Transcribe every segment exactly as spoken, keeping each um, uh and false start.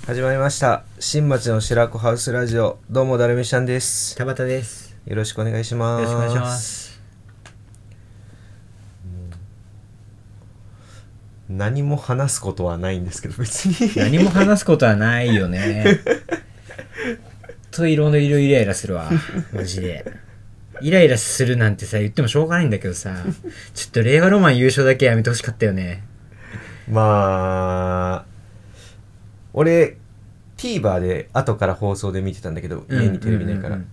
始まりました。新町の白子ハウスラジオ。どうもダルミシャンです。 田畑です。 よろしくお願いします。 よろしくお願いします。 何も話すことはないんですけど、別に何も話すことはないよね。といろいろイライラするわ、マジで。イライラするなんてさ、言ってもしょうがないんだけどさ、ちょっと令和ロマン優勝だけやめてほしかったよね。 まあ俺 TVer で後から放送で見てたんだけど、家にテレビないから、うんうんうんうん、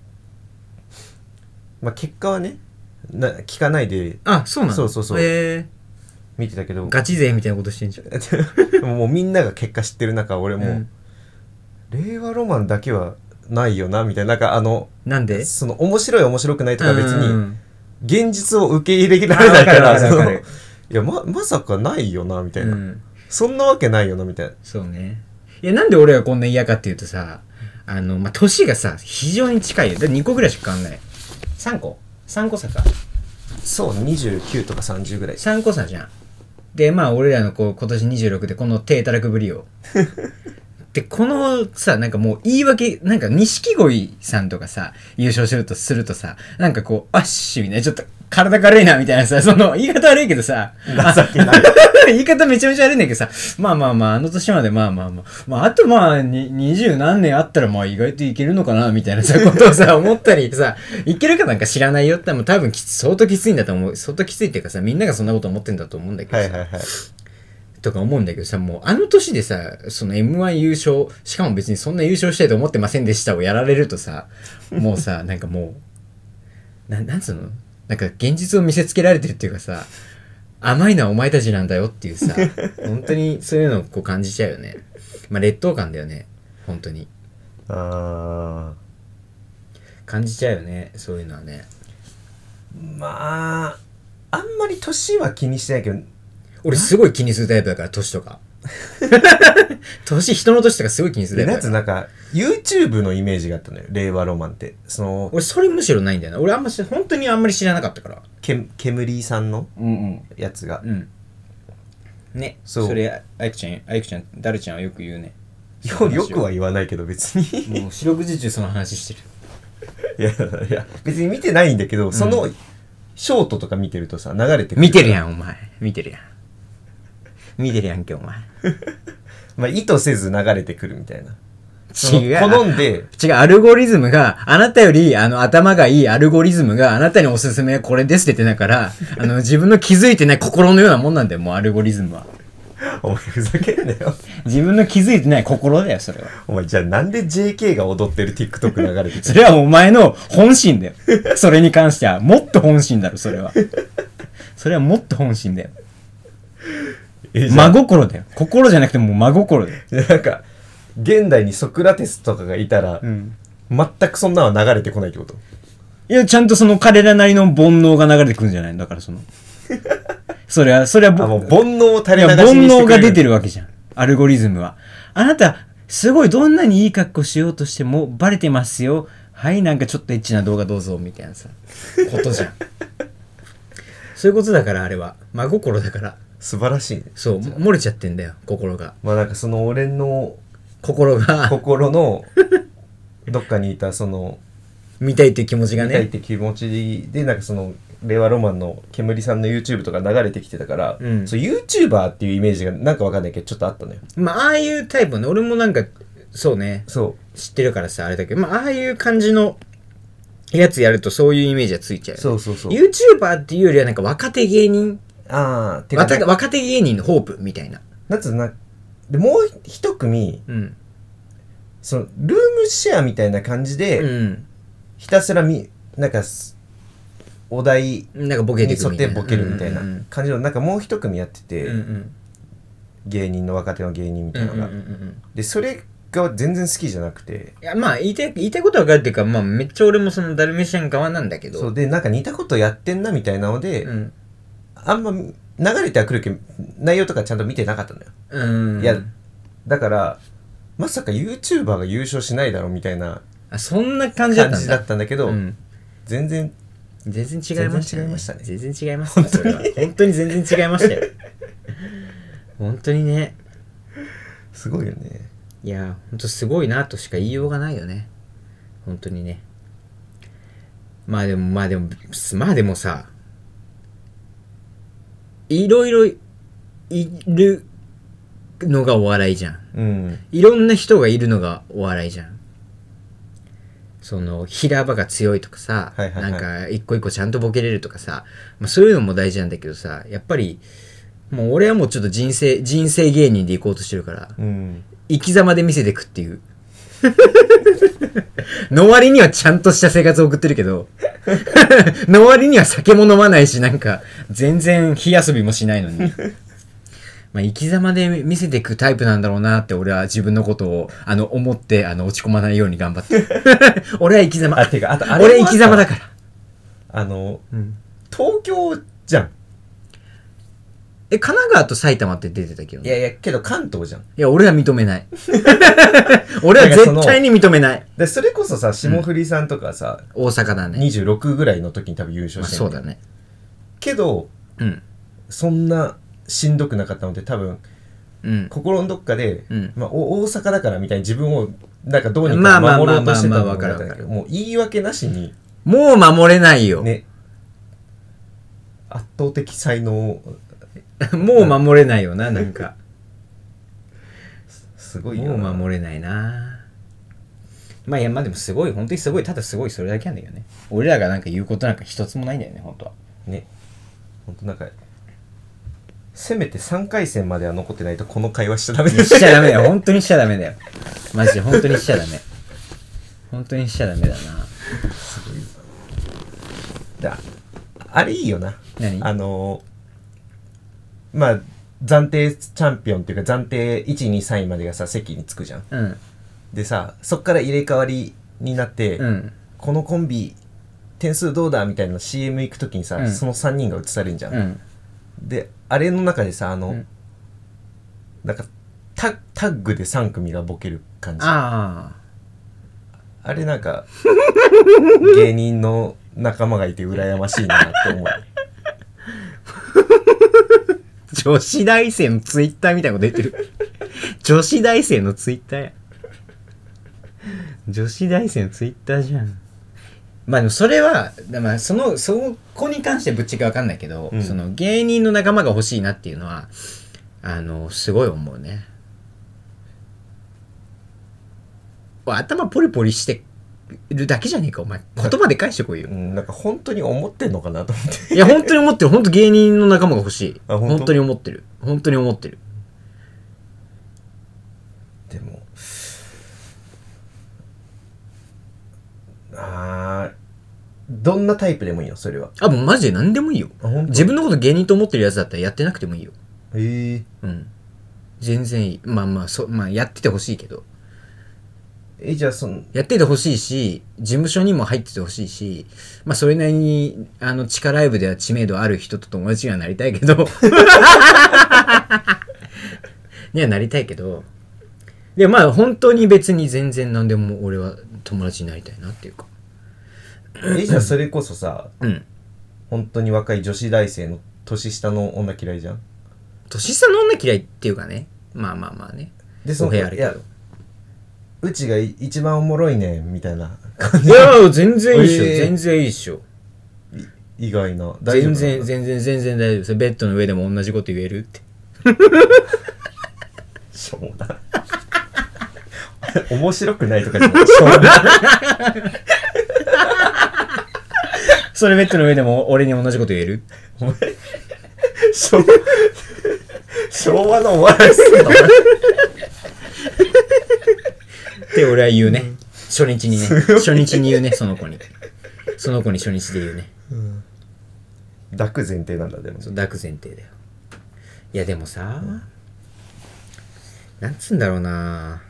まあ結果はねな聞かないで、 あ、そうなの。 そうそうそう、 えー、 見てたけど、 ガチ勢みたいなことしてんじゃん。 もうみんなが結果知ってる中、俺もう、うん、令和ロマンだけはないよなみたいな、なんかあのなんでその面白い面白くないとか別に現実を受け入れられないから、そのいや ま, まさかないよなみたいな、うん、そんなわけないよなみたいな。 そうね。いや、なんで俺がこんな嫌かっていうとさ、あのまあ、年がさ非常に近いよ。でにこぐらいしか変わんない。さんこさんこ差か。 そう、にじゅうきゅうとかさんじゅうぐらい。 さんこ差じゃん。でまあ俺らのこう今年にじゅうろくでこの手たらくぶりをでこのさ、なんかもう言い訳、なんか錦鯉さんとかさ優勝するとするとさ、なんかこうアッシュみたいな、ちょっと体軽いなみたいなさ、その言い方悪いけどさ、 情けない言い方めちゃめちゃ悪いんだけどさ、まあまあまああの年までまあまあまあまああとまあに二十何年あったらまあ意外といけるのかなみたいなさことをさ思ったりさ、いけるかなんか知らないよって、も多分きつ相当きついんだと思う。相当きついっていうかさ、みんながそんなこと思ってんだと思うんだけどさ、 はいはいはいとか思うんだけどさ、もうあの年でさ、その エムワン 優勝、しかも別にそんな優勝したいと思ってませんでしたをやられるとさ、もうさ、なんかもう、な、なんつうの？なんか現実を見せつけられてるっていうかさ、甘いのはお前たちなんだよっていうさ、本当にそういうのをこう感じちゃうよね。まあ劣等感だよね、本当に。 あ感じちゃうよね、そういうのはね。 まあ、あんまり年は気にしてないけど、 俺すごい気にするタイプだから、年とか。年、人の年とかすごい気にするタイプだから。 なんか YouTube のイメージがあったのよ、令和ロマンって。その俺それむしろないんだよな。俺あんまし本当にあんまり知らなかったから。 け煙さんのやつが、 うん、うん、ね。そう。それあいくちゃんあいくちゃんダルちゃんはよく言うね。 よ, よくは言わないけど別にもう四六時中その話してる。いやいや別に見てないんだけど、うん、そのショートとか見てるとさ流れてくる。 見てるやんお前。見てるやん。見てるやんけお前。 まあ意図せず流れてくるみたいな。 違う。 好んで。 違う、アルゴリズムが、あなたより、あの、頭がいいアルゴリズムがあなたにおすすめはこれですって言ってだから、あの、自分の気づいてない心のようなもんなんだよ、もうアルゴリズムは。 お前ふざけんなよ。 自分の気づいてない心だよ、それは。 お前じゃあなんで ジェーケー が踊ってる TikTok 流れてくるそれはお前の本心だよ。それに関しては。もっと本心だろ、それは。それはもっと本心だよ。真心だよ。心じゃなくてもう真心だよ。 なんか現代にソクラテスとかがいたら、うん、全くそんなのは流れてこないってこと？ いや、ちゃんとその彼らなりの煩悩が流れてくるんじゃないの？だからそのそれはそれはもう煩悩を垂れ流しにしてくれる。 煩悩が出てるわけじゃん、アルゴリズムは。あなたすごいどんなにいい格好しようとしてもバレてますよ。はい、なんかちょっとエッチな動画どうぞみたいなさことじゃん。そういうことだから、あれは真心だから。 素晴らしいね。 そう、漏れちゃってんだよ、心が。 まあなんかその俺の心が心のどっかにいたその見たいっていう気持ちがね、 見たいって気持ちで、なんかその令和ロマンの煙さんの YouTube とか流れてきてたから、うん、そう YouTuber っていうイメージがなんかわかんないけどちょっとあったのよ。 まあああいうタイプね、俺もなんかそうね、 そう知ってるからさあれだけど、まあああいう感じのやつやるとそういうイメージはついちゃうよね。 そうそうそう。 YouTuber っていうよりはなんか若手芸人、 ああ、 てか若手芸人のホープみたいな。 なんつうな、でもう一組、うん、そのルームシェアみたいな感じで、うん、ひたすらみなんかお題に沿ってボケるみたいな感じのなんかもう一組やってて、うんうん、芸人の若手の芸人みたいなのが、うんうんうん、でそれが全然好きじゃなくて、 いやまあ言いたい言いたいことは分かるっていうか、まあめっちゃ俺もそのダルメシャン側なんだけど、 そうでなんか似たことやってんなみたいなので、うん、あんま流れてはくるけど内容とかちゃんと見てなかったのよ。うん、いやだからまさか YouTuber が優勝しないだろうみたいな、 あそんな感じだったんだ、 感じだったんだけど、うん、全然全然違いましたね。全然違いましたね。全然違いました。 本当にそれは本当に全然違いましたよ。本当にね。 すごいよね。 いやほんとすごいなとしか言いようがないよね本当にね。まあでもまあでもまあでもさいろいろいるのがお笑いじゃん、 うん、 いろんな人がいるのがお笑いじゃん。その平場が強いとかさ、 はいはいはい、 なんか一個一個ちゃんとボケれるとかさ、まあ、そういうのも大事なんだけどさ、やっぱりもう俺はもうちょっと人生人生芸人で行こうとしてるから、 うん、 生き様で見せてくっていうの割にはちゃんとした生活を送ってるけどの割には酒も飲まないし、なんか全然火遊びもしないのにまあ生き様で見せていくタイプなんだろうなって俺は自分のことをあの思ってあの落ち込まないように頑張って俺は生き様、 あてかあとあれ俺生き様だからあの、 うん、 東京じゃん。 え神奈川と埼玉って出てたけど、 ね、いやいやけど関東じゃん。いや俺は認めない俺は絶対に認めない。 でそれこそさ霜降りさんとかさ、 うん、大阪だねにじゅうろくぐらいの時に多分優勝してる、 まあ、そうだねけど、 うん、 そんなしんどくなかったので多分、うん、心のどっかで、うんまあ、大阪だからみたいに自分をなんかどうにか守ろうとしてたのだけど、もう言い訳なしにもう守れないよ、 ね、圧倒的才能もう守れないよな、なんかすごいよな、もう守れないな。まあいやまあでもすごい本当にすごい、ただすごいそれだけなんだよね。俺らがなんか言うことなんか一つもないんだよね本当はね。本当なんかせめてさんかい戦までは残ってないとこの会話しちゃダメだよ。 しちゃダメだよ本当にしちゃダメだよマジで本当にしちゃダメ本当にしちゃダメだな。 すごいだ。あれいいよな。 何？ あのまあ暫定チャンピオンっていうか暫定いち、に、さんいまでがさ席につくじゃん、 うん、 でさそっから入れ替わりになって、うん、このコンビ点数どうだみたいな シーエム 行くときにさ、うん、そのさんにんが映されるんじゃん、うん、であれの中でさあの、うん、なんか タ, タッグでさん組がボケる感じ。ああれなんか芸人の仲間がいて羨ましいなって思う女子大生のツイッターみたいなこと言ってる女子大生のツイッターや女子大生のツイッターじゃん。まあでもそれは、まあ、そのそこに関してぶっちゃけわかんないけど、うん、その芸人の仲間が欲しいなっていうのはあのすごい思うね。頭ポリポリしてるだけじゃねえかお前、言葉で返してこいよ。 なんか本当に思ってんのかなと思っていや本当に思ってる、本当芸人の仲間が欲しい。本当？本当に思ってる、本当に思ってる。 でもあどんなタイプでもいいよそれは。 あもうマジで何でもいいよ。自分のこと芸人と思ってるやつだったらやってなくてもいいよ。 へえ。 うん全然いい。まあまあそまあやっててほしいけど。 えじゃあそのやっててほしいし事務所にも入っててほしいし、まあそれなりにあの地下ライブでは知名度ある人と友達にはなりたいけどにはなりたいけど、でまあ本当に別に全然何でも俺は友達になりたいなっていうか。 えじゃあそれこそさ、 うん、 本当に若い女子大生の年下の女嫌いじゃん。 年下の女嫌いっていうかね、まあまあまあね。 でそのお部屋あるけどうちが一番おもろいねみたいな感じ。 いや全然いいっしょ、えー、全然いいっしょ。 意外な。 大丈夫。全然全然全然大丈夫です。ベッドの上でも同じこと言えるってしょうもな面白くないとかじゃないしょうもなそれベッドの上でも俺に同じこと言えるお前昭昭和のお笑いすんのって俺は言うね、うん、初日にね初日に言うねその子にその子に初日で言うね、 うん、抱く前提なんだ。でもそう抱く前提だよ。いやでもさ、うん、なんつうんだろうな、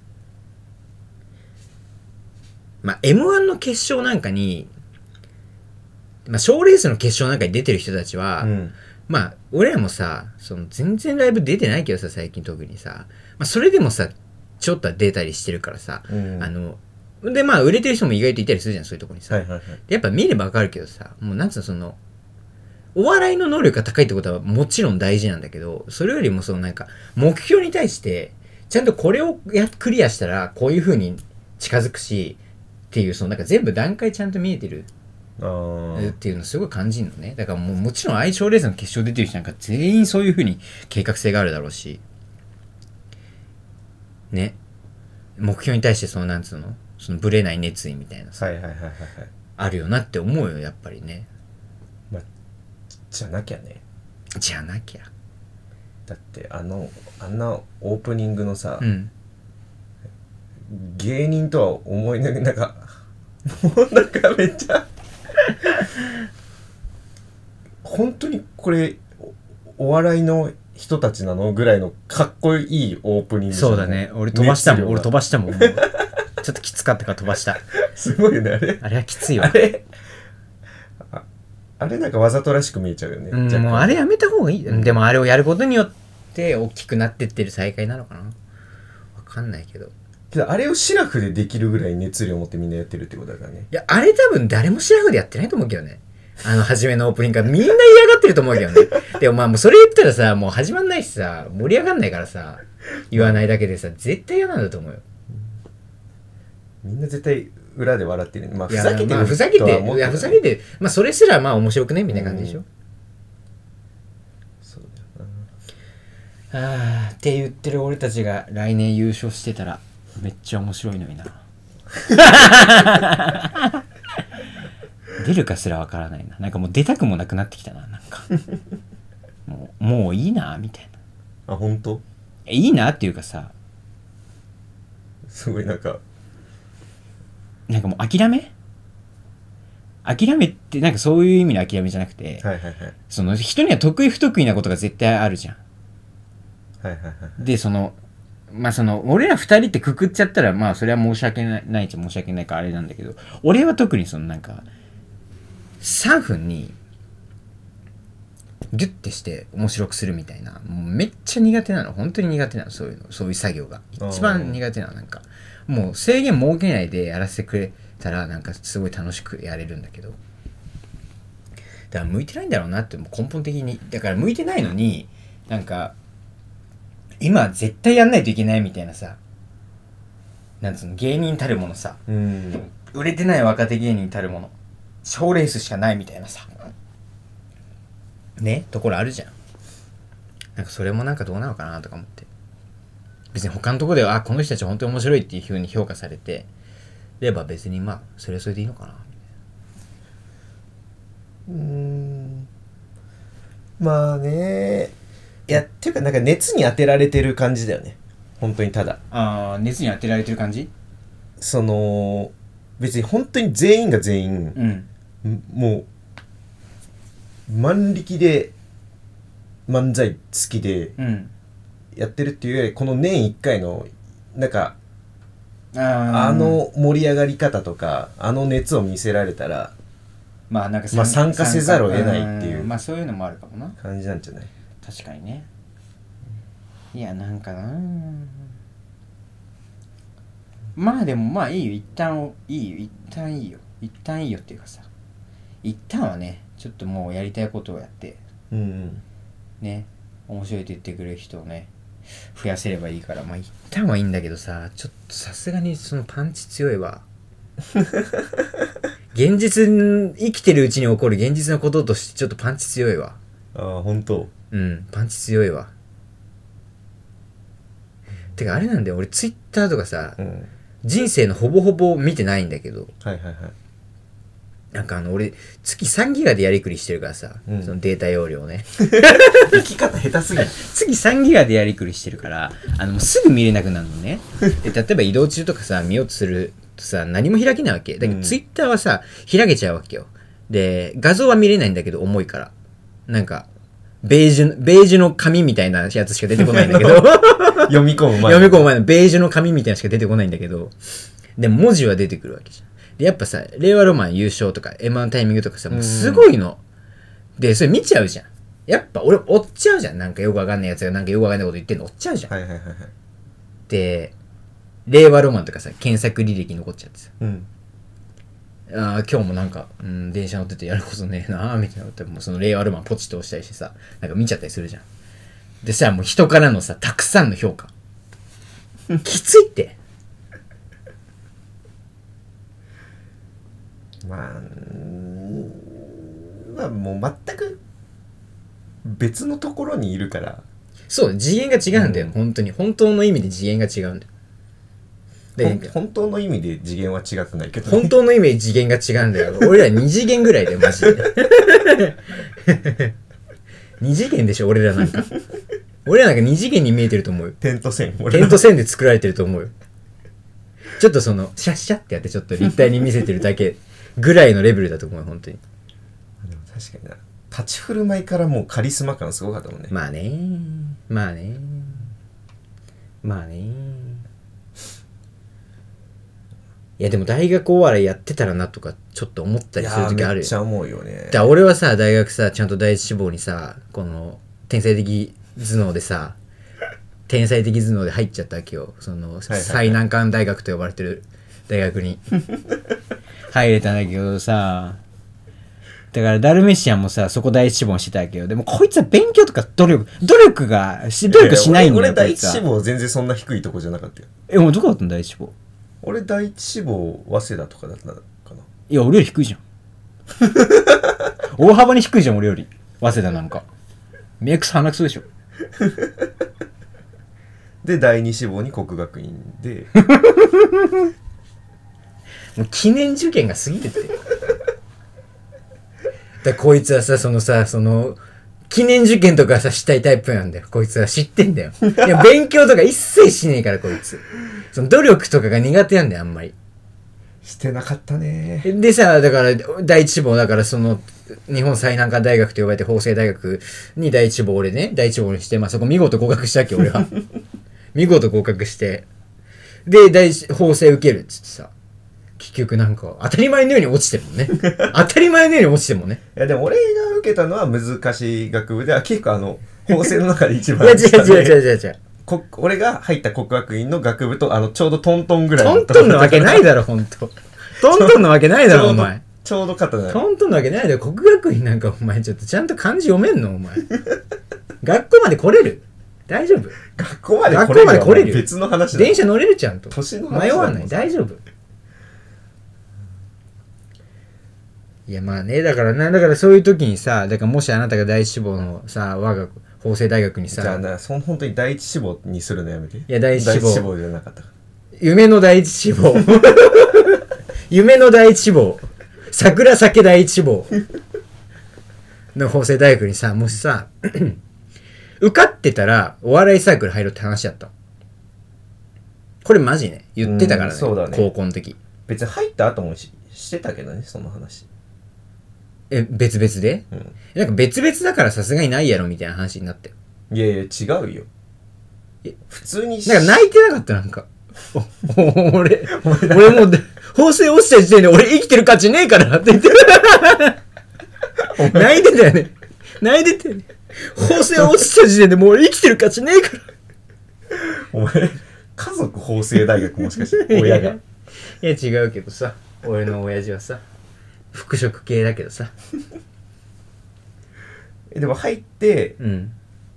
まあ エムワン の決勝なんかにまあ賞レースの決勝なんかに出てる人たちは、うん、まあ俺らもさその全然ライブ出てないけどさ最近特にさ、まあ、それでもさちょっとは出たりしてるからさ、うん、あのでまあ売れてる人も意外といたりするじゃんそういうとこにさ、 はいはいはい、 やっぱ見ればわかるけどさ、もうなんつうのそのお笑いの能力が高いってことはもちろん大事なんだけど、それよりもそのなんか目標に対してちゃんとこれをやクリアしたらこういう風に近づくしっていう、そのなんか全部段階ちゃんと見えてるっていうのすごい感じるのね。だからもうもちろん相性レースの決勝出てる人なんか全員そういう風に計画性があるだろうしね、目標に対してそのなんつうの、そのブレない熱意みたいなさ、 はいはいはいはいはい、 あるよなって思うよやっぱりね。 まあ、じゃなきゃね。 じゃなきゃ。 だってあのあんなオープニングのさ、うん、芸人とは思いながらなんかもうなんかめっちゃ本当にこれ お, お笑いの人たちなのぐらいのかっこいいオープニング。 そうだね、俺飛ばしたもん俺飛ばしたもんもうちょっときつかったから飛ばした。 すごいよねあれ。 あれはきついわ。 あれああれなんかわざとらしく見えちゃうよね。 うん、もうあれやめた方がいい、うん、でもあれをやることによって大きくなってってる大会なのかな、わかんないけど。 けどあれをシラフでできるぐらい熱量を持ってみんなやってるってことだからね。 いやあれ多分誰もシラフでやってないと思うけどね。あの初めのオープニングからみんな嫌がってると思うけどね。でもまあもうそれ言ったらさもう始まんないしさ盛り上がんないからさ、言わないだけでさ絶対嫌なんだと思うよ。 みんな絶対裏で笑ってる。まあふざけてる、 まあ、ふざけていやふざけてまあそれすらまあ面白くねみたいな感じでしょ。そうだよな。あーって言ってる俺たちが来年優勝してたらめっちゃ面白いのにな。出るかすらわからないな。なんかもう出たくもなくなってきたな。なんかもうもういいなみたいな。あ本当？ いいなっていうかさ、 すごいなんかなんかもう諦め諦めってなんかそういう意味の諦めじゃなくて、 はいはいはい、 その人には得意不得意なことが絶対あるじゃん。 はいはいはい、 でそのまあその俺ら二人ってくくっちゃったらまあそれは申し訳ないないっちゃ申し訳ないからあれなんだけど、俺は特にそのなんかさんぷんにギュッてして面白くするみたいな、もうめっちゃ苦手なの。本当に苦手なの。そういうのそういう作業が一番苦手なの。なんかもう制限設けないでやらせてくれたらなんかすごい楽しくやれるんだけど、だから向いてないんだろうなってもう根本的に。だから向いてないのになんか今絶対やんないといけないみたいなさ、なんつうの芸人たるものさ、うん、売れてない若手芸人たるもの賞レースしかないみたいなさねところあるじゃん。なんかそれもなんかどうなのかなとか思って、別に他のところではあこの人たち本当に面白いっていう風に評価されてれば別にまあそれはそれでいいのかな。 うーんまあね、いやっていうかなんか熱に当てられてる感じだよね本当に。ただああ熱に当てられてる感じ。 その別に本当に全員が全員、うん、もう万力で漫才好きでやってるっていうより、この年いっかいのなんか あ, あの盛り上がり方とかあの熱を見せられたらまあなんか、 まあ、参加せざるを得ないっていうまあそういうのもあるかもな感じなんじゃない。 確かにね。いやなんかなまあでもまあいいよ一旦いいよ一旦いいよ一旦いいよっていうかさ、一旦はねちょっともうやりたいことをやって、うんうん、ね面白いと言ってくれる人をね増やせればいいから、まあ一旦はいいんだけどさ、ちょっとさすがにそのパンチ強いわ。現実生きてるうちに起こる現実のこととしてちょっとパンチ強いわ。 ああ本当。 うんパンチ強いわ。てかあれなんだよ俺ツイッターとかさ、うん、人生のほぼほぼ見てないんだけど、 はいはいはい、 なんかあの俺月さんギガでやりくりしてるからさ、うん、そのデータ容量ね生き方下手すぎる。 月さんギガでやりくりしてるからあのもうすぐ見れなくなるのね。で例えば移動中とかさ見ようとするとさ何も開けないわけだけど、うん、ツイッターはさ開けちゃうわけよ。で画像は見れないんだけど重いからなんかベージュベージュの紙みたいなやつしか出てこないんだけど読み込む前読み込む前のベージュの紙みたいなしか出てこないんだけど、でも文字は出てくるわけじゃん。でやっぱさ令和ロマン優勝とか エムワン タイミングとかさもうすごいので、それ見ちゃうじゃん。やっぱ俺追っちゃうじゃん。なんかよくわかんないやつがなんかよくわかんないこと言ってんの追っちゃうじゃん、 はいはいはいはい、 で令和ロマンとかさ検索履歴残っちゃってさ、うん、あ今日もなんか、うん、電車乗っててやることねえなみたいな、もうその令和ロマンポチッと押したりしてさなんか見ちゃったりするじゃん。でさもう人からのさたくさんの評価きついってまあまあもう全く別のところにいるから。 そう次元が違うんだよ、うん、本当に本当の意味で次元が違うんだよ。 で本当の意味で次元は違くないけど、 ね、本当の意味で次元が違うんだよ。俺らに次元ぐらいだよマジでに次元でしょ俺らなんか俺らなんかに次元に見えてると思うよ。 点と線点と線で作られてると思うよ。ちょっとそのシャッシャってやってちょっと立体に見せてるだけぐらいのレベルだと思うよ本当に。 でも確かにな、立ち振る舞いからもうカリスマ感すごかったもんね。 まあねまあねまあねいやでも大学お笑いやってたらなとかちょっと思ったりする時あるよ。 めっちゃ思うよね。 だ俺はさ大学さちゃんと第一志望にさこの天才的頭脳でさ天才的頭脳で入っちゃったわけよ。その、はいはいはい、最難関大学と呼ばれてる大学に入れたんだけどさ、だからダルメシアンもさそこ第一志望してたわけよ。でもこいつは勉強とか努力努力が努力しないんだよ。 俺第一志望全然そんな低いとこじゃなかったよ。 えもうどこだったの第一志望。 俺第一志望早稲田とかだったかな。 いや俺より低いじゃん大幅に低いじゃん俺より。早稲田なんかメイクス鼻くそでしょで第二志望に国学院でもう記念受験が過ぎててだこいつはさそのさその記念受験とかさしたいタイプなんだよこいつは。知ってんだよ。いや勉強とか一切しねえからこいつ。その努力とかが苦手なんだよあんまり。 してなかったね。 でさだから第一志望だからその日本最難関大学と呼ばれて法政大学に第一志望俺ね第一志望にしてまあそこ見事合格したっけ俺は見事合格してで第一法政受けるっつってさ結局なんか当たり前のように落ちてるもんね当たり前のように落ちてるもんね。 いやでも俺が受けたのは難しい学部では結構あの法政の中で一番いや違う違う違う違う違うこ俺が入った国学院の学部とあのちょうどトントンぐらいのトントンのわけないだろほんとトントンのわけないだろお前ちょうど肩だよ。 トントンのわけないだろ。国学院なんかお前ちょっとちゃんと漢字読めんのお前学校まで来れる大丈夫。 学校まで来れる学校まで来れる別の話だ。 電車乗れるちゃんと年の話迷わない大丈夫。いやまあねだからなだからそういう時にさだからもしあなたが第一志望のさ我が法政大学にさじゃあなその本当に第一志望にするのやめて。いや第一志望第一志望じゃなかった夢の第一志望夢の第一志望桜酒第一志望の法政大学にさもしさ受かってたらお笑いサークル入ろうって話だった。これマジね言ってたから ね, そうだね高校の時。 別に入った後も し, してたけどねその話。 え別々で、うん、なんか別々だからさすがにないやろみたいな話になって。 いやいや違うよ。え普通になんか泣いてなかったなんか俺俺もう法政落ちた時点で俺生きてる価値ねえからって言って泣いてたよね泣いてたよね。法政落ちた時点でもう俺生きてる価値ねえからお前家族法政大学もしかして親がいや違うけどさ俺の親父はさ服飾系だけどさでも入ってうん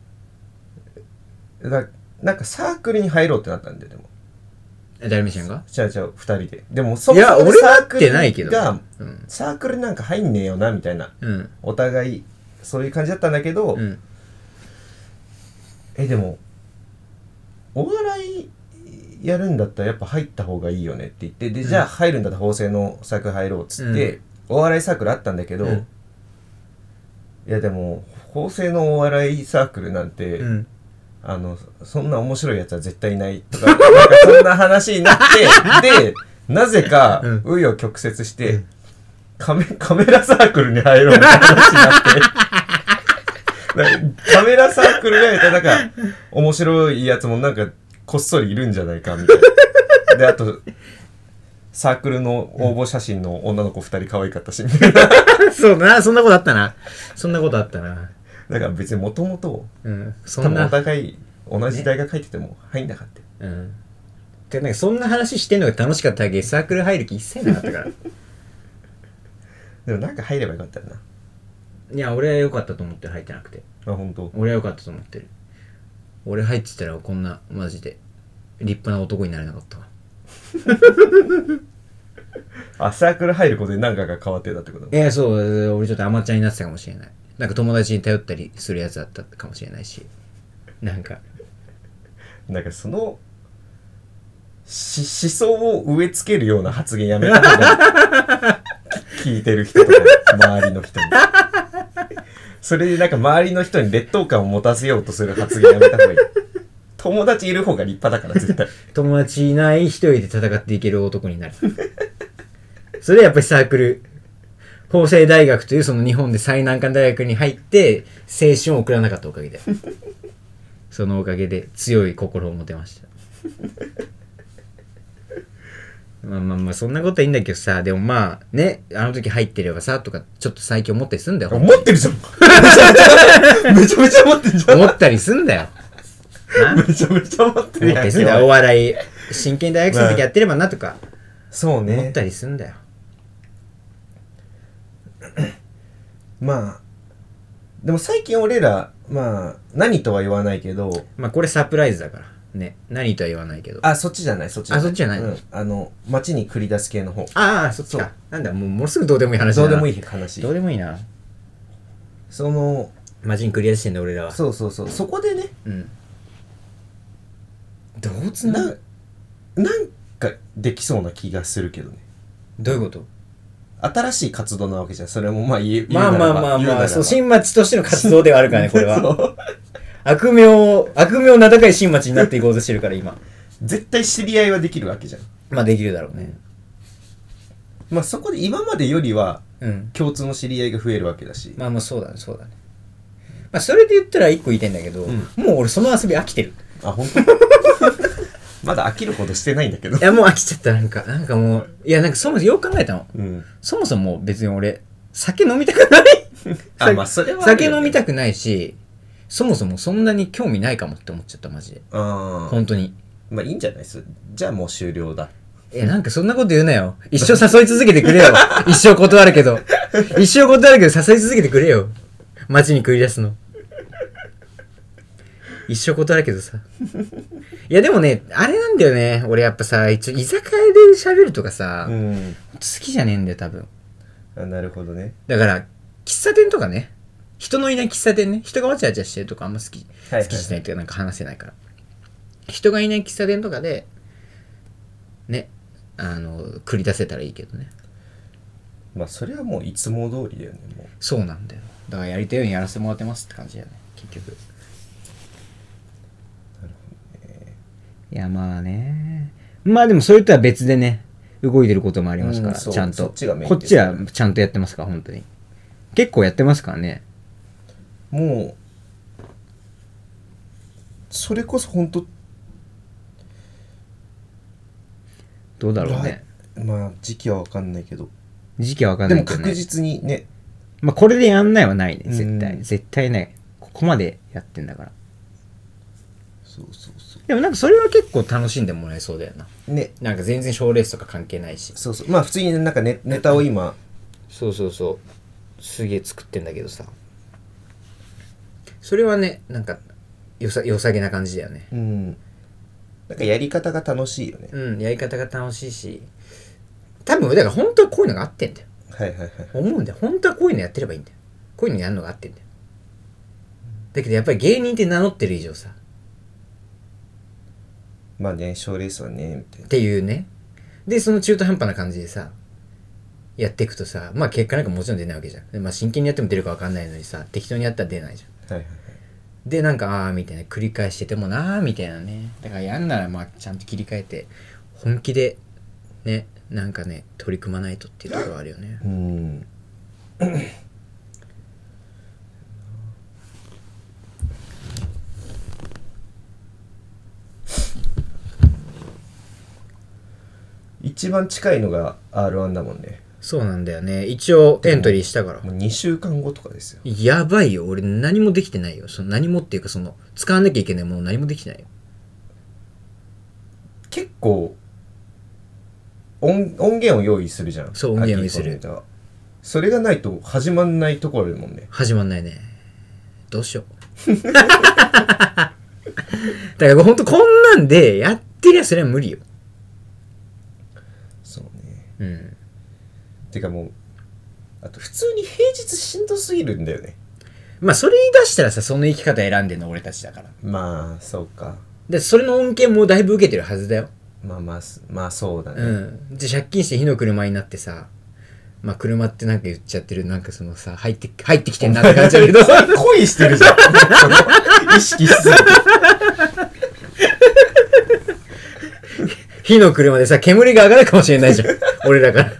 だなんかサークルに入ろうってなったんででも誰みしゃんがじゃあじゃあふたりででもそもそもサークルがサークルなんか入んねえよなみたいな、 うん、 お互いそういう感じだったんだけど、うん、えでもお笑いやるんだったらやっぱ入った方がいいよねって言ってで、うん、じゃあ入るんだったら法政のサークル入ろうっつって、うん、お笑いサークルあったんだけど、うん、いやでも法政のお笑いサークルなんて、うん、あのそんな面白いやつは絶対いないとかなんかそんな話になってでなぜか紆余曲折して、うん、カメ、カメラサークルに入ろうって話になってカメラサークルがやったらなんか面白いやつもなんかこっそりいるんじゃないかみたいなであとサークルの応募写真の女の子ふたり可愛かったしみたいなそうだなそんなことあったなそんなことあったな。 だから別にもともとそんなお互い同じ大学入ってても入んなかった、 ね、うんでなんかそんな話してんのが楽しかったわけ。サークル入る気一切なかったからでもなんか入ればよかったよな。 いや俺は良かったと思ってる入ってなくて。 あ本当。 俺は良かったと思ってる。俺入ってたらこんなマジで立派な男になれなかったわ。 あ、サークル入ることで何かが変わってたってこと？ いや、そう、俺ちょっと甘ちゃんになってたかもしれない。なんか友達に頼ったりするやつだったかもしれないし、なんかなんかそのし思想を植え付けるような発言やめた方が聞いてる人とか周りの人にそれでなんか周りの人に劣等感を持たせようとする発言やめた方がいい。友達いる方が立派だから絶対。 友達いない一人で戦っていける男になる。それでやっぱりサークル、法政大学というその日本で最難関大学に入って青春を送らなかったおかげで、そのおかげで強い心を持てました。まあまあまあそんなことはいいんだけどさ、でもまあね、あの時入ってればさとかちょっと最近思ったりすんだよ。 思ってるじゃん。めちゃめちゃ思ってるじゃん。 思ったりすんだよ。 めちゃめちゃ思ってるやん。 思ったりすんだよ。お笑い真剣に大学生の時やってればなとか、 そうね。 思ったりすんだよ。 まあでも最近俺らまあ何とは言わないけど、 まあこれサプライズだからね、何とは言わないけど。 あ、そっちじゃない、そっちじゃない。 あ、そっちじゃない、うん、 あの街に繰り出す系の方。 ああ、そっちか。なんだ、もうもうすぐどうでもいい話だな。 どうでもいい話。 どうでもいいな。 その街に繰り出してんだ俺らは。 そうそうそう、そこでね、 うん、どうつなななんかできそうな気がするけどね。 どういうこと？ 新しい活動なわけじゃん。それもまあ言うまあまあまあまあ、そう、新町としての活動ではあるからね、これは。悪名、悪名名高い新町になっていこうとしてるから、今。 絶対知り合いはできるわけじゃん。 まあできるだろうね。 まあそこで今までよりは、 うん、 共通の知り合いが増えるわけだし。 まあまあそうだね、そうだね。まあそれで言ったら一個言いたいんだけど、うん、もう俺その遊び飽きてる。 あ、本当？まだ飽きることしてないんだけど。 いや、もう飽きちゃった、なんか。なんかもう、いや、なんかそもそもよく考えたの。 うん、 そもそも別に俺、酒飲みたくないあ、まあそれは、ね、 酒飲みたくないし、そもそもそんなに興味ないかもって思っちゃった、マジで。 ああ。 本当に。 まあいいんじゃないです。じゃあもう終了だ。 え、なんかそんなこと言うなよ。一生誘い続けてくれよ。一生断るけど。一生断るけど誘い続けてくれよ。街に繰り出すの。一生断るけどさ。いやでもね、あれなんだよね。俺やっぱさ、一応居酒屋で喋るとかさ、うん、好きじゃねえんだよ、多分。 あ、なるほどね。 だから、喫茶店とかね。人のいない喫茶店ね。人がわちゃわちゃしてるとかあんま好き、はいはいはい、好きじゃないっていうかなんか話せないから。人がいない喫茶店とかで、ね、あの、繰り出せたらいいけどね。 まあそれはもういつも通りだよね、もう。 そうなんだよ。だからやりたいようにやらせてもらってますって感じだよね、結局。 なるほどね。 いやまあね。まあでもそれとは別でね、動いてることもありますから、うん、ちゃんと。こっちはちゃんとやってますから、本当に。結構やってますからね。 もう、それこそ本当どうだろうね。 まあ時期は分かんないけど。 時期は分かんないけど、ね、 でも確実にね。 まあこれでやんないはないね、絶対。絶対ない。ここまでやってんだから。 そうそうそう。 でもなんかそれは結構楽しんでもらえそうだよな。 ね。 なんか全然賞レースとか関係ないし。 そうそう。まあ普通になんか ネ, ネタを今。 そうそうそう。すげえ作ってんだけどさ。それはね、なんかよさ、よさげな感じだよね。 うん。なんかやり方が楽しいよね。 うん、やり方が楽しいし。多分、だから本当はこういうのがあってんだよ。 はいはいはい。 思うんだよ。本当はこういうのやってればいいんだよ。こういうのやるのがあってんだよ。だけどやっぱり芸人って名乗ってる以上さ。 まあね、賞レースはね、みたいな。 っていうね。で、その中途半端な感じでさ、やっていくとさ、まあ結果なんかもちろん出ないわけじゃん。でまあ真剣にやっても出るか分かんないのにさ、適当にやったら出ないじゃん。はいはいはい。で、なんか、あーみたいな、繰り返しててもなーみたいなね。だからやんならまあちゃんと切り替えて、本気で、ね、なんかね、取り組まないとっていうところはあるよね。うん。 一番近いのが アールワン だもんね。 そうなんだよね。一応エントリーしたから。 もうにしゅうかんごとかですよ。 やばいよ。俺何もできてないよ。その何もっていうかその使わなきゃいけないもの何もできてないよ。 結構音, 音源を用意するじゃん。 そう、音源を用意する。 それがないと始まんないところあるもんね。 始まんないね。どうしよう。だからほんとこんなんでやっってりゃそれは無理よ。 そうね。 うん。 てかもうあと普通に平日しんどすぎるんだよね。 まあそれ言い出したらさ、その生き方選んでんの俺たちだから。 まあそうか。 でそれの恩恵もだいぶ受けてるはずだよ。 まあまあまあそうだね。 うん。で借金して火の車になってさ、まあ車ってなんか言っちゃってる、なんかそのさ、入って入ってきてんなって感じだけど恋してるじゃん意識しすぎて火の車でさ、煙が上がるかもしれないじゃん俺らから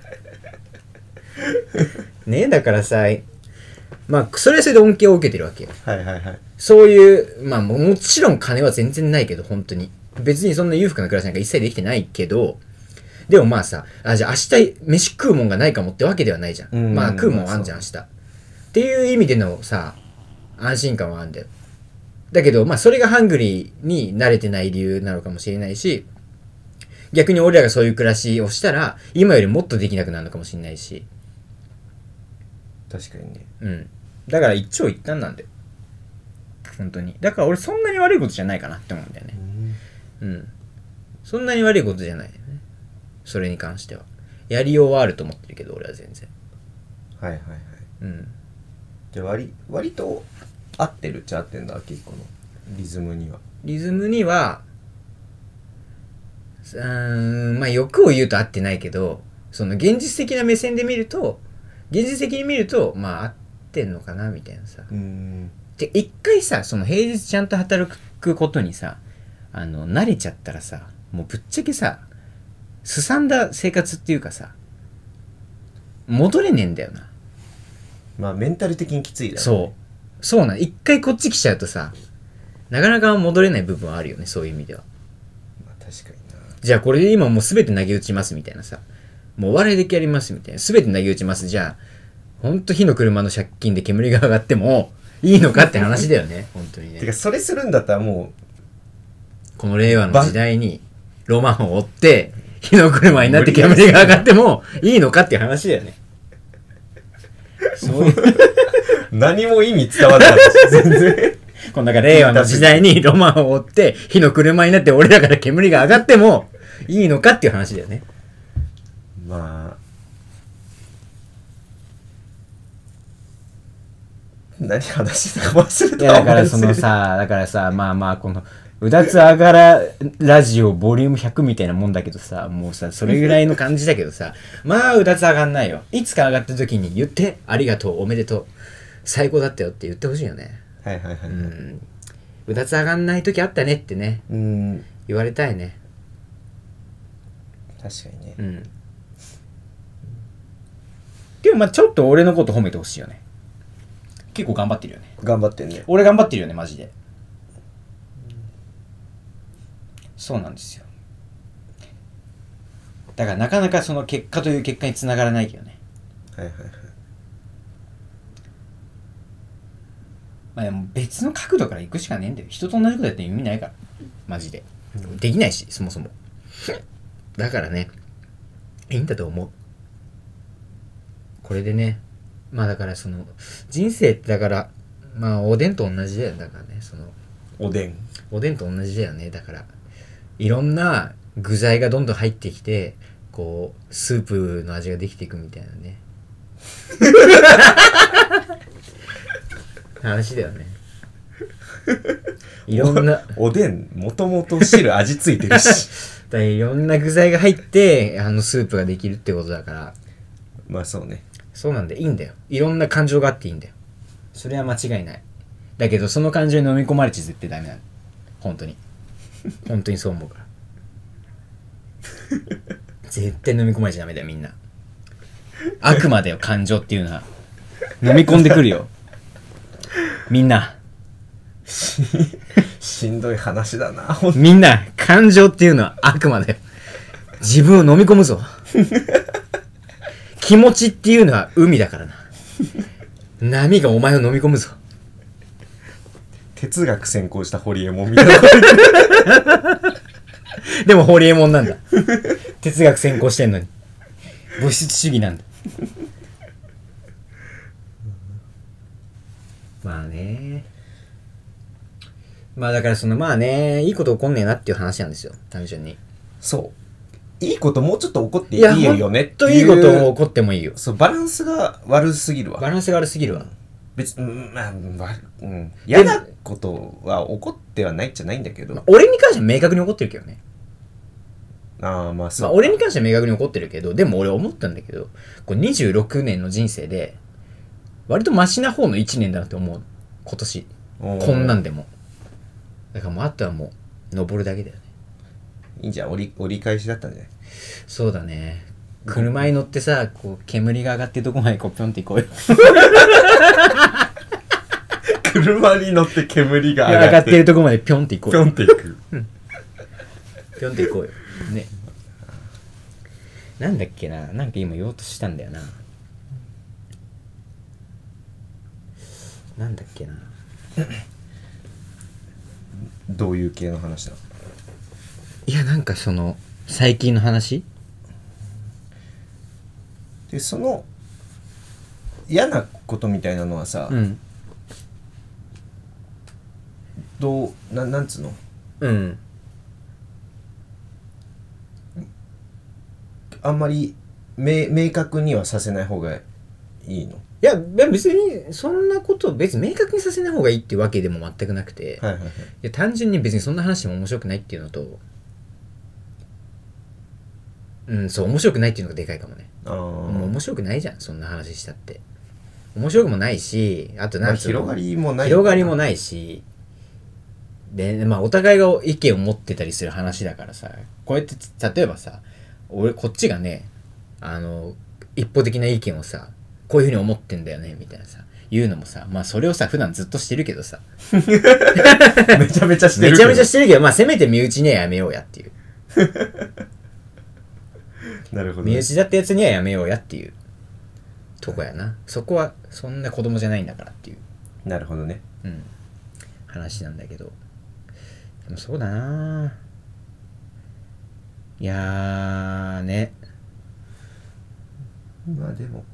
ね。だからさ、まあそれはそれで恩恵を受けてるわけよ。 はいはいはい。 そういうまあ も, もちろん金は全然ないけど、本当に別にそんな裕福な暮らしなんか一切できてないけど、でもまあさ、あ、じゃあ明日飯食うもんがないかもってわけではないじゃん。んまあ食うもんあんじゃん明日。っていう意味でのさ、安心感はあるんだよ。だけどまあそれがハングリーに慣れてない理由なのかもしれないし、逆に俺らがそういう暮らしをしたら今よりもっとできなくなるのかもしれないし。 確かにね。 うん。だから一長一短なんだよ。本当に。だから俺そんなに悪いことじゃないかなって思うんだよね。うん。うん、そんなに悪いことじゃないよね。それに関しては。やりようはあると思ってるけど俺は全然。 はいはいはい。 うん。 じゃあ割割と合ってるっちゃ合ってんだ、結構のリズムには。 リズムには、うーん、まあ欲を言うと合ってないけど、その現実的な目線で見ると、現実的に見ると、まあ合ってんのかなみたいなさ。 うーん。 で、一回さ、その平日ちゃんと働くことにさ、あの、慣れちゃったらさ、もうぶっちゃけさ、すさんだ生活っていうかさ、戻れねえんだよな。 まあメンタル的にきついだろうね。 そう。そうなん。一回こっち来ちゃうとさ、なかなか戻れない部分はあるよね、そういう意味では。 まあ確かにな。 じゃあこれで今もう全て投げ打ちますみたいなさ、もうお笑いだけやりますみたいな、全て投げ打ちます。じゃあ、ほんと火の車の借金で煙が上がってもいいのかって話だよね、本当にね。 てかそれするんだったらもう、この令和の時代にロマンを追って、火の車になって煙が上がってもいいのかっていう話だよね。そういう何も意味伝わらなかったし、全然。 このなんか令和の時代にロマンを追って火の車になって俺らから煙が上がってもいいのかっていう話だよね。 まあ何話してたか忘れた。 いやだからそのさ、だからさ、まあまあこのうだつあがらラジオボリュームひゃくみたいなもんだけどさ、もうさそれぐらいの感じだけどさまあうだつ上がんないよ。いつか上がった時に言ってありがとうおめでとう最高だったよって言ってほしいよね。 はいはいはい、はい、うん、 うだつ上がんない時あったねってね、 うん、 言われたいね。 確かにね。 うん。でもまあちょっと俺のこと褒めてほしいよね。結構頑張ってるよね。 頑張ってんね。 俺頑張ってるよねマジで。そうなんですよ。だからなかなかその結果という結果につながらないけどね。 はいはいはい。 まあでも別の角度から行くしかねえんだよ。人と同じことやって意味ないからマジで、うん、できないしそもそも。だからねいいんだと思うこれでね。まあだからその人生ってだからまあおでんと同じだよ。だからねそのおでんおでんと同じだよね。だからいろんな具材がどんどん入ってきてこうスープの味ができていくみたいなね話だよね。いろんなお, おでんもともと汁味ついてるしだいろんな具材が入ってあのスープができるってことだから。 まあそうね。 そうなんでいいんだよ。いろんな感情があっていいんだよ。それは間違いない。だけどその感情に飲み込まれちゃ絶対ダメなの。本当に本当にそう思うから絶対飲み込まれちゃダメだよみんな。悪魔だよ感情っていうのは。飲み込んでくるよみんな。 しんどい話だなみんな。感情っていうのは悪魔だよ。自分を飲み込むぞ気持ちっていうのは海だからな。波がお前を飲み込むぞ。 哲学専攻したホリエモンみたいなでもホリエモンなんだ。哲学専攻してんのに物質主義なんだまあね。 まあだからそのまあね、いいこと起こんねえなっていう話なんですよ、単純に。 そういいこともうちょっと起こっていいよねっていう。 いいこと起こってもいいよ。 そうバランスが悪すぎるわ。 バランスが悪すぎるわ。 別に、まあ、うん、嫌なことは起こってはないっちゃないんだけど、 まあ、俺に関しては明確に起こってるけどね。 ああまあそう、 まあ、俺に関しては明確に起こってるけど、でも俺思ったんだけど、こうにじゅうろくねんの人生で割とマシな方のいちねんだなって思う。今年こんなんでも。だからもうあとはもう登るだけだよね。 いいんじゃん、折り折り返しだったんじゃない。 そうだね。車に乗ってさ、こう煙が上がってるとこまでこうピョンって行こうよ。 車に乗って煙が上がって上がってるとこまでピョンって行こうよ。 ピョンって行く。 ピョンって行こうよ。ね。なんだっけな、なんか今言おうとしたんだよな。なんだっけな。 どういう系の話だ。 いやなんかその最近の話で、その嫌なことみたいなのはさ、うん、どう な, なんつうの、うん、あんまり明, 明確にはさせない方がいいの？ いや別にそんなこと別に明確にさせない方がいいっていうわけでも全くなくて、はいはいはい、いや単純に別にそんな話も面白くないっていうのと、うんそう面白くないっていうのがでかいかもね。あもう面白くないじゃんそんな話したって。面白くもないし、あとなんつうの、まあ、広がりもない広がりもないしで、まあお互いが意見を持ってたりする話だからさ、こうやって例えばさ俺こっちがねあの一方的な意見をさこういうふうに思ってんだよねみたいなさ言うのもさ、まあそれをさ普段ずっとしてるけどさめちゃめちゃしてるけどめちゃめちゃしてるけどまあせめて身内にはやめようやっていうなるほど、ね、 身内だったやつにはやめようやっていうとこやな。そこはそんな子供じゃないんだからっていう。 なるほどね。 うん話なんだけど、でもそうだな。いやーね。 まあでも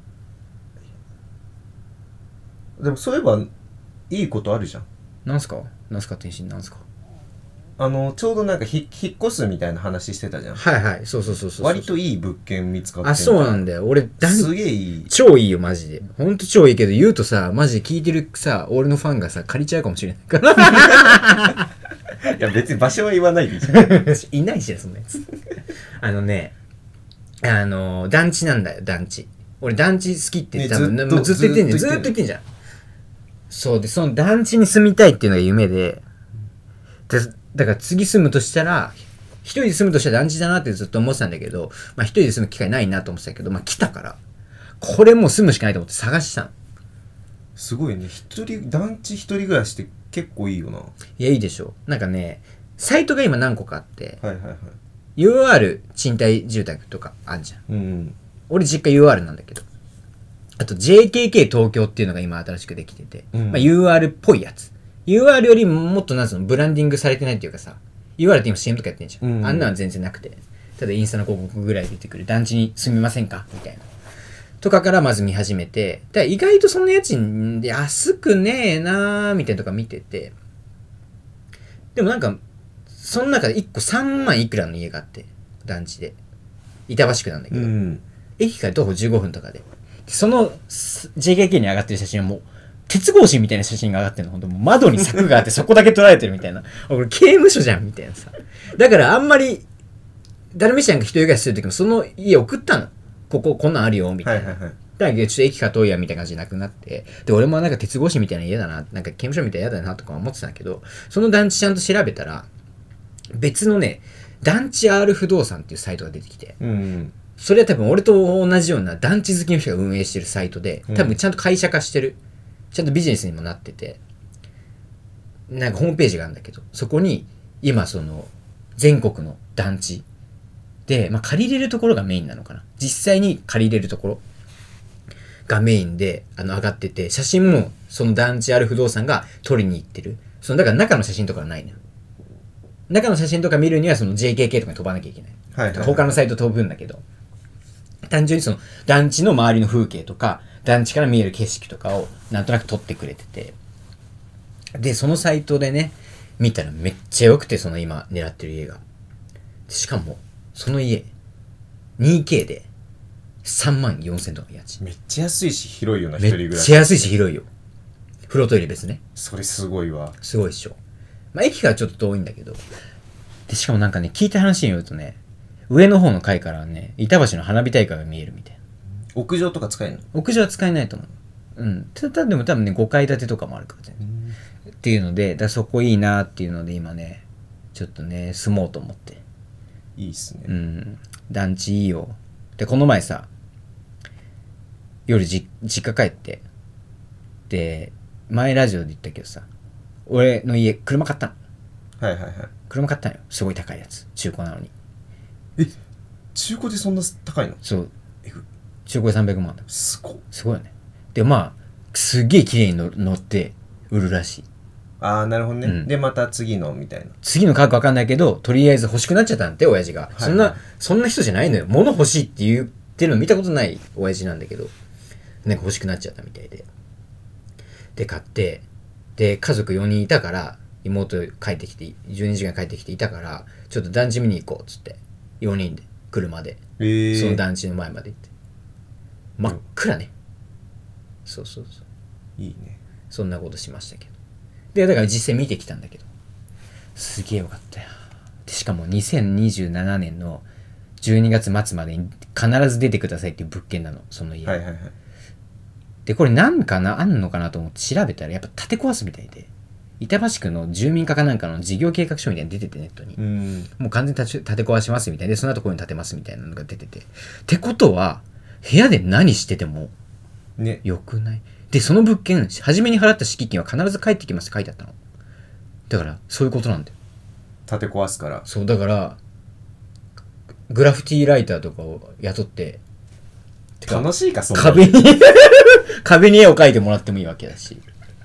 でもそういえばいいことあるじゃん。 なんすかなんすか天心なんすか。 あのちょうどなんかひ引っ越すみたいな話してたじゃん。 はいはいそうそうそうそう割といい物件見つかってん。 あそうなんだよ。俺だんすげえいい超いいよマジで。ほんと超いいけど言うとさマジで聞いてるさ俺のファンがさ借りちゃうかもしれないからいや別に場所は言わないでしょいないしねそんなやつあのねあの団地なんだよ団地。俺団地好きって多分、ね、ずっとずっと言ってんじゃん。ずっと言ってんじゃん。そうでその団地に住みたいっていうのが夢ででだから次住むとしたら一人で住むとしたら団地だなってずっと思ってたんだけど、まあ一人で住む機会ないなと思ってたけど、まあ来たからこれもう住むしかないと思って探したの。 すごいね。一人団地一人暮らしって結構いいよな。 いやいいでしょ。なんかねサイトが今何個かあって、 はいはいはい、 ユーアール 賃貸住宅とかあんじゃん、うん、俺実家 ユーアール なんだけど、あと ジェーケーケー 東京っていうのが今新しくできてて、うんまあ、ユーアール っぽいやつ。ユーアール よりもっとなんつうのブランディングされてないっていうかさ、 ユーアール って今 シーエム とかやってんじゃん、うん、あんなの全然なくてただインスタの広告ぐらい出てくる団地に住みませんかみたいなとかからまず見始めて、だ意外とその家賃で安くねえなーみたいなとか見てて、でもなんかその中でいっこさんまんいくらの家があって団地で板橋区なんだけど、うん、駅から徒歩じゅうごふんとかでその ジェーケーケー に上がってる写真はもう鉄格子みたいな写真が上がってるの。ほんともう窓に柵があってそこだけ撮られてるみたいなこれ刑務所じゃんみたいなさ。だからあんまりダルメシアンが一人暮らしする時もその家送ったの。こここんなんあるよみたいな、はいはいはい、だけどちょっと駅から遠いやみたいな感じじゃなくなって、で俺もなんか鉄格子みたいな家だな、なんか刑務所みたいな嫌だなとか思ってたんだけど、その団地ちゃんと調べたら別のね団地 R 不動産っていうサイトが出てきて、うんうんそれは多分俺と同じような団地好きの人が運営してるサイトで、多分ちゃんと会社化してる、ちゃんとビジネスにもなってて、なんかホームページがあるんだけど、そこに今その全国の団地で、まあ借りれるところがメインなのかな。実際に借りれるところがメインであの上がってて、写真もその団地ある不動産が撮りに行ってる。そのだから中の写真とかはないのよ。中の写真とか見るにはその ジェーケーケー とかに飛ばなきゃいけない。はいはいはい、他のサイト飛ぶんだけど。単純にその団地の周りの風景とか団地から見える景色とかをなんとなく撮ってくれてて、でそのサイトでね見たらめっちゃ良くて、その今狙ってる家が。しかもその家 ツーケー でさんまんよんせんとかの家賃。 めっちゃ安いし広いよな、一め人暮らし。 っちゃ安いし広いよ。風呂トイレ別ね。 それすごいわ。 すごいっしょ。まあ駅からちょっと遠いんだけど。でしかもなんかね、聞いた話によるとね、上の方の階からね、板橋の花火大会が見えるみたいな。 屋上とか使えるの？ 屋上は使えないと思う。うん。ただでも多分ね、ごかい建てとかもあるからね。っていうので、だそこいいなっていうので今ね、ちょっとね、住もうと思って。 いいっすね。 うん。団地いいよ。で、この前さ、夜じ実家帰って、で、前ラジオで言ったけどさ、俺の家、車買ったの。 はいはいはい。 車買ったのよ。すごい高いやつ。中古なのに。 え、中古でそんな高いの？ そう。 えぐ。 中古でさんびゃくまんだ。 すごい。 すごいよね。で、まあ、すっげえ綺麗にの乗って売るらしい。 ああ、なるほどね、 うん。 で、また次のみたいな。 次の価格わかんないけど、とりあえず欲しくなっちゃったんだって、親父が。はいはい、そんな、そんな人じゃないのよ。物欲しいって言ってるの見たことない親父なんだけど、なんか欲しくなっちゃったみたいで。で、買って、で、家族よにんいたから、妹帰ってきて、じゅうにじかん帰ってきていたから、ちょっと団地見に行こうっつって、よにんで、車で、えー、その団地の前まで行って。真っ暗ね。そうそうそう。 いいね。 そんなことしましたけど。で、だから実際見てきたんだけど、すげえよかったよ。でしかもにせんにじゅうななねんのじゅうにがつ末までに必ず出てくださいっていう物件なの、その家。はいはいはい。で、これなんかな、あんのかなと思って調べたら、やっぱ建て壊すみたいで、板橋区の住民課かなんかの事業計画書みたいに出てて、ネットに。うん、もう完全に建て壊しますみたいで、その後こういうの建てますみたいなのが出てて。ってことは、部屋で何してても、ね。よくない？で、その物件、初めに払った敷金は必ず返ってきますって書いてあったの。だから、そういうことなんだよ。 建て壊すから。 そう、だから、グラフィティライターとかを雇って、 楽しいか、そんな壁に、壁に絵を描いてもらってもいいわけだし。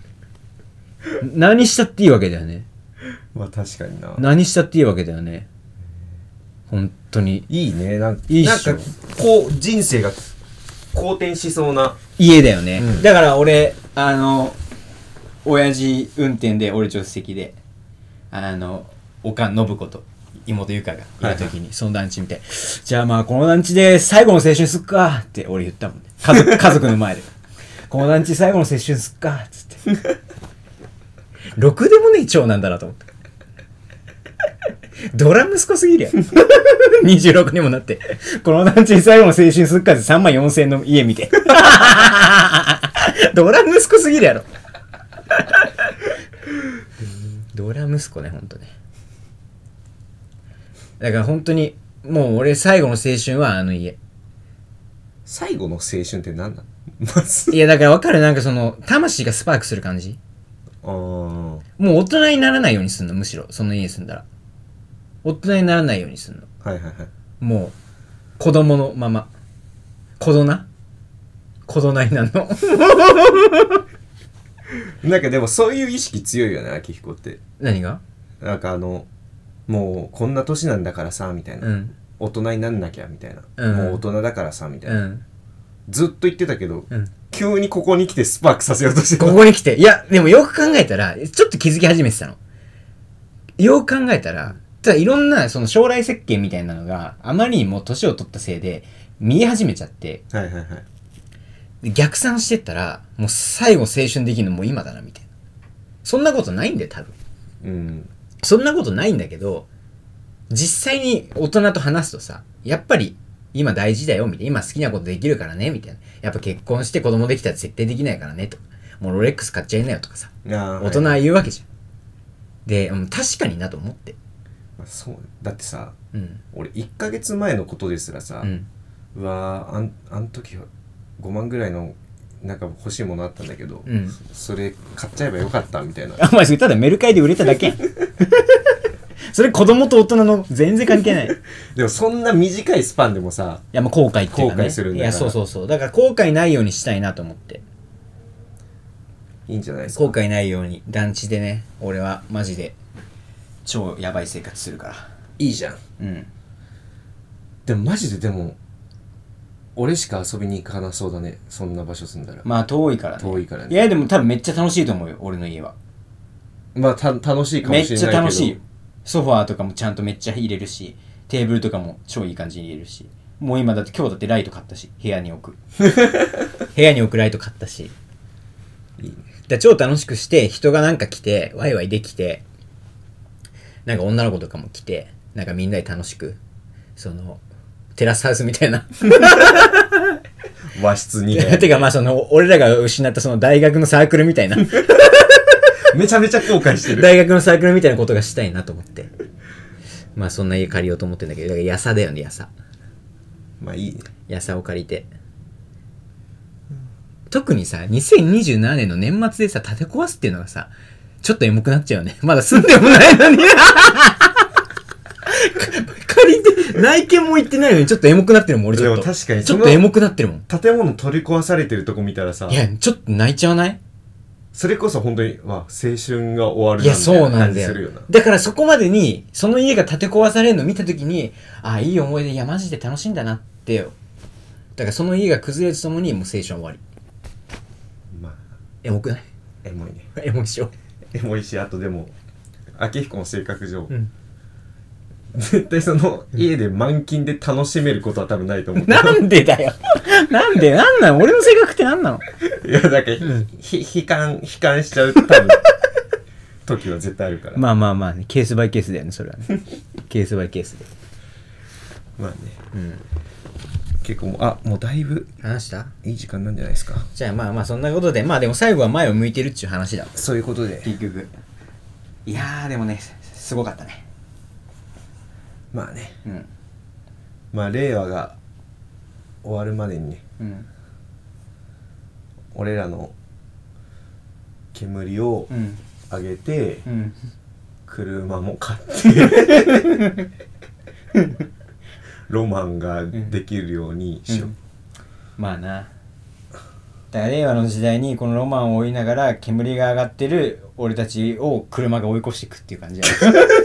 何したっていいわけだよね。 まあ確かにな。 何したっていいわけだよね。本当に。 いいね。なんか、 いいっしょ。なんか、こう、人生が好転しそうな。 家だよね。うん、だから俺、あの、親父運転で、俺助手席で、あの、おかん信子と妹ゆかがいた時に、はいはい、その団地見て、じゃあまあこの団地で最後の青春すっかって俺言ったもんね。家族、家族の前で。この団地最後の青春すっかっつって。ろくでもねえ長男だなと思って。ドラ息子すぎるやん。にじゅうろくにもなって。この団地最後の青春すっかでさんまんよんせんの家見て。ドラ息子すぎるやろ。ドラ息子ね、ほんとね。だからほんとに、もう俺最後の青春はあの家。 最後の青春って何なの？ いやだから分かる、なんかその、魂がスパークする感じ。あもう大人にならないようにすんの、むしろ。その家に住んだら。大人にならないようにすんの。 はいはいはい。 もう、子供のまま。子供な子供になるの。 なんかでもそういう意識強いよね、秋彦って。 何が？ なんかあの、もうこんな年なんだからさ、みたいな。うん、大人になんなきゃ、みたいな、うん。もう大人だからさ、みたいな。うん、ずっと言ってたけど、うん、急にここに来てスパークさせようとしてここに来て。いや、でもよく考えたら、ちょっと気づき始めてたの。よく考えたら、ただいろんなその将来設計みたいなのがあまりにも年を取ったせいで見え始めちゃって、はいはいはい、逆算してったらもう最後青春できるのもう今だなみたいな。そんなことないんだよ多分、うん、そんなことないんだけど、実際に大人と話すとさ、やっぱり今大事だよみたいな、今好きなことできるからねみたいな、やっぱ結婚して子供できたら絶対できないからねとか、もうロレックス買っちゃいなよとかさ、大人は言うわけじゃん、はい、で、うん、確かになと思って。 そうだってさ、うん、俺いっかげつまえのことですらさ、うん、うわーあんあん時はごまんぐらいのなんか欲しいものあったんだけど、うん、それ買っちゃえばよかったみたいな。 お前それただメルカリで売れただけやん。それ子供と大人の全然関係ない。 でもそんな短いスパンでもさ、 いやもう後悔っていうかね、 後悔するんだから。 いやそうそうそう、だから後悔ないようにしたいなと思って。 いいんじゃないですか。 後悔ないように団地でね、俺はマジで超やばい生活するから。 いいじゃん。うん。でもマジででも俺しか遊びに行かなそうだね、そんな場所住んだら。 まあ遠いからね。 遠いからね。 いやでも多分めっちゃ楽しいと思うよ、俺の家は。 まあた楽しいかもしれないけど。 めっちゃ楽しいよ。ソファーとかもちゃんとめっちゃ入れるし、テーブルとかも超いい感じに入れるし、もう今だって今日だってライト買ったし、部屋に置く部屋に置くライト買ったし、いいね。だ超楽しくして、人がなんか来てワイワイできて、なんか女の子とかも来て、なんかみんなで楽しく、そのテラスハウスみたいな和室にてかまあその俺らが失ったその大学のサークルみたいなめちゃめちゃ後悔してる。 大学のサークルみたいなことがしたいなと思って、まあそんな家借りようと思ってんだけど、だからやさだよね、やさ。 まあいいね。 やさを借りて、特にさにせんにじゅうななねんの年末でさ建て壊すっていうのがさちょっとエモくなっちゃうよね。まだ住んでもないのに借りて内見も行ってないのにちょっとエモくなってるもん。俺ちょっとでも確かにちょっとエモくなってるもん。 建物取り壊されてるとこ見たらさ、 いやちょっと泣いちゃわない？ それこそ本当に、まあ、青春が終わるいやそうなんだよ。 するよな。 だからそこまでにその家が建て壊されるのを見たときに、ああいい思い出、いやマジで楽しいんだなってよ。だからその家が崩れるとともにもう青春終わり。 まあエモくない？ エモいね。 エモいっしょ。 エモいし、あとでも明彦の性格上、 うん、 絶対その家で満勤で楽しめることは多分ないと思う。 なんでだよ。なんでなんなの？俺の性格ってなんなの？ いやだから、うん、ひ悲観悲観しちゃう多分時は絶対あるから。 まあまあまあね、ケースバイケースだよね、それはね。ケースバイケースで。 まあね。 うん。 結構もうあもうだいぶ話したいい時間なんじゃないですか。 じゃあまあまあそんなことで、まあでも最後は前を向いてるっちゅう話だ。 そういうことで結局。いやーでもねすごかったね。 まあね。 うん。 まあ令和が終わるまでにね、 うん、 俺らの煙を上げて、 うん、車も買ってロマンができるようにしよう、うんうん、 まあな。だから令和の時代にこのロマンを追いながら煙が上がってる俺たちを車が追い越していくっていう感じだ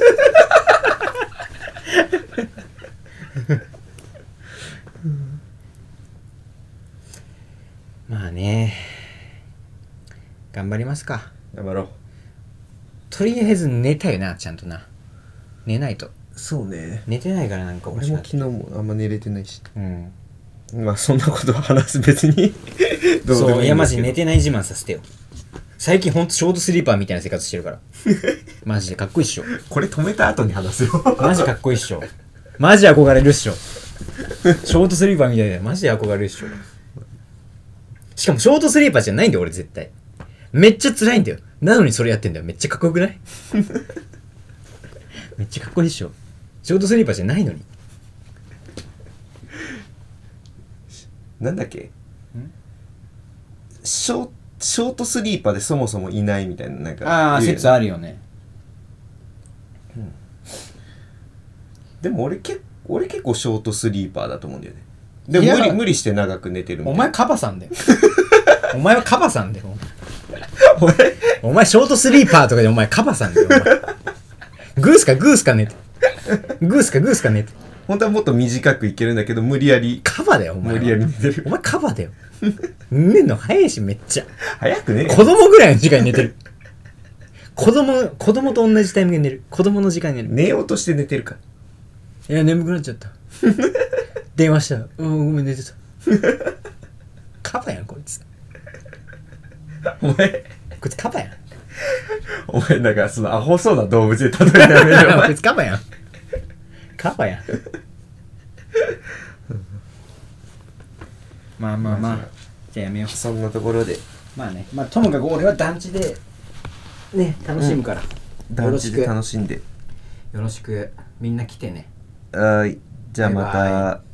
まあね、頑張りますか。 頑張ろう。 とりあえず寝たよな、ちゃんとな。寝ないと。 そうね。 寝てないからなんか俺も昨日もあんま寝れてないし。 うん。 まあそんなことは話す別にどうでもいいんですけど。そう、いやマジ寝てない自慢させてよ。最近ほんとショートスリーパーみたいな生活してるから。マジでかっこいいっしょ。 これ止めた後に話すよ。 マジかっこいいっしょ。マジ憧れるっしょ。ショートスリーパーみたいな。マジで憧れるっしょ。しかもショートスリーパーじゃないんだよ俺絶対。めっちゃ辛いんだよ。なのにそれやってんだよ。めっちゃかっこよくない？めっちゃかっこいいっしょ。ショートスリーパーじゃないのに。 なんだっけ？ショ、ショートスリーパーでそもそもいないみたいな、なんか。 ああ、説あるよね。 うん、でも俺け俺結構ショートスリーパーだと思うんだよね。でも無理無理して長く寝てるみたいな。 お前カバさんだよ。お前はカバさんだよ。お前ショートスリーパーとかでお前カバさんだよ。お前グースかグースか寝て。グースかグースか寝て。 本当はもっと短くいけるんだけど無理やりカバだよお前。 無理やり寝てる。 お前カバだよ。寝んの早いしめっちゃ。 早くね。 子供ぐらいの時間に寝てる。子供子供と同じタイミングで寝る。子供の時間に寝る。 寝ようとして寝てるから。 いや眠くなっちゃった。電話した。うんごめん寝てた。カバやんこいつ。 お前こいつカバやん。 お前なんかそのアホそうな動物で例えてやめろ。 こいつカバやん。カバやん。まあまあまあじゃあやめよう。 そんなところでまあね、まあともかく俺は団地でね楽しむから、うん、 団地で楽しんでよろしくみんな来てね。 はい、じゃあまた。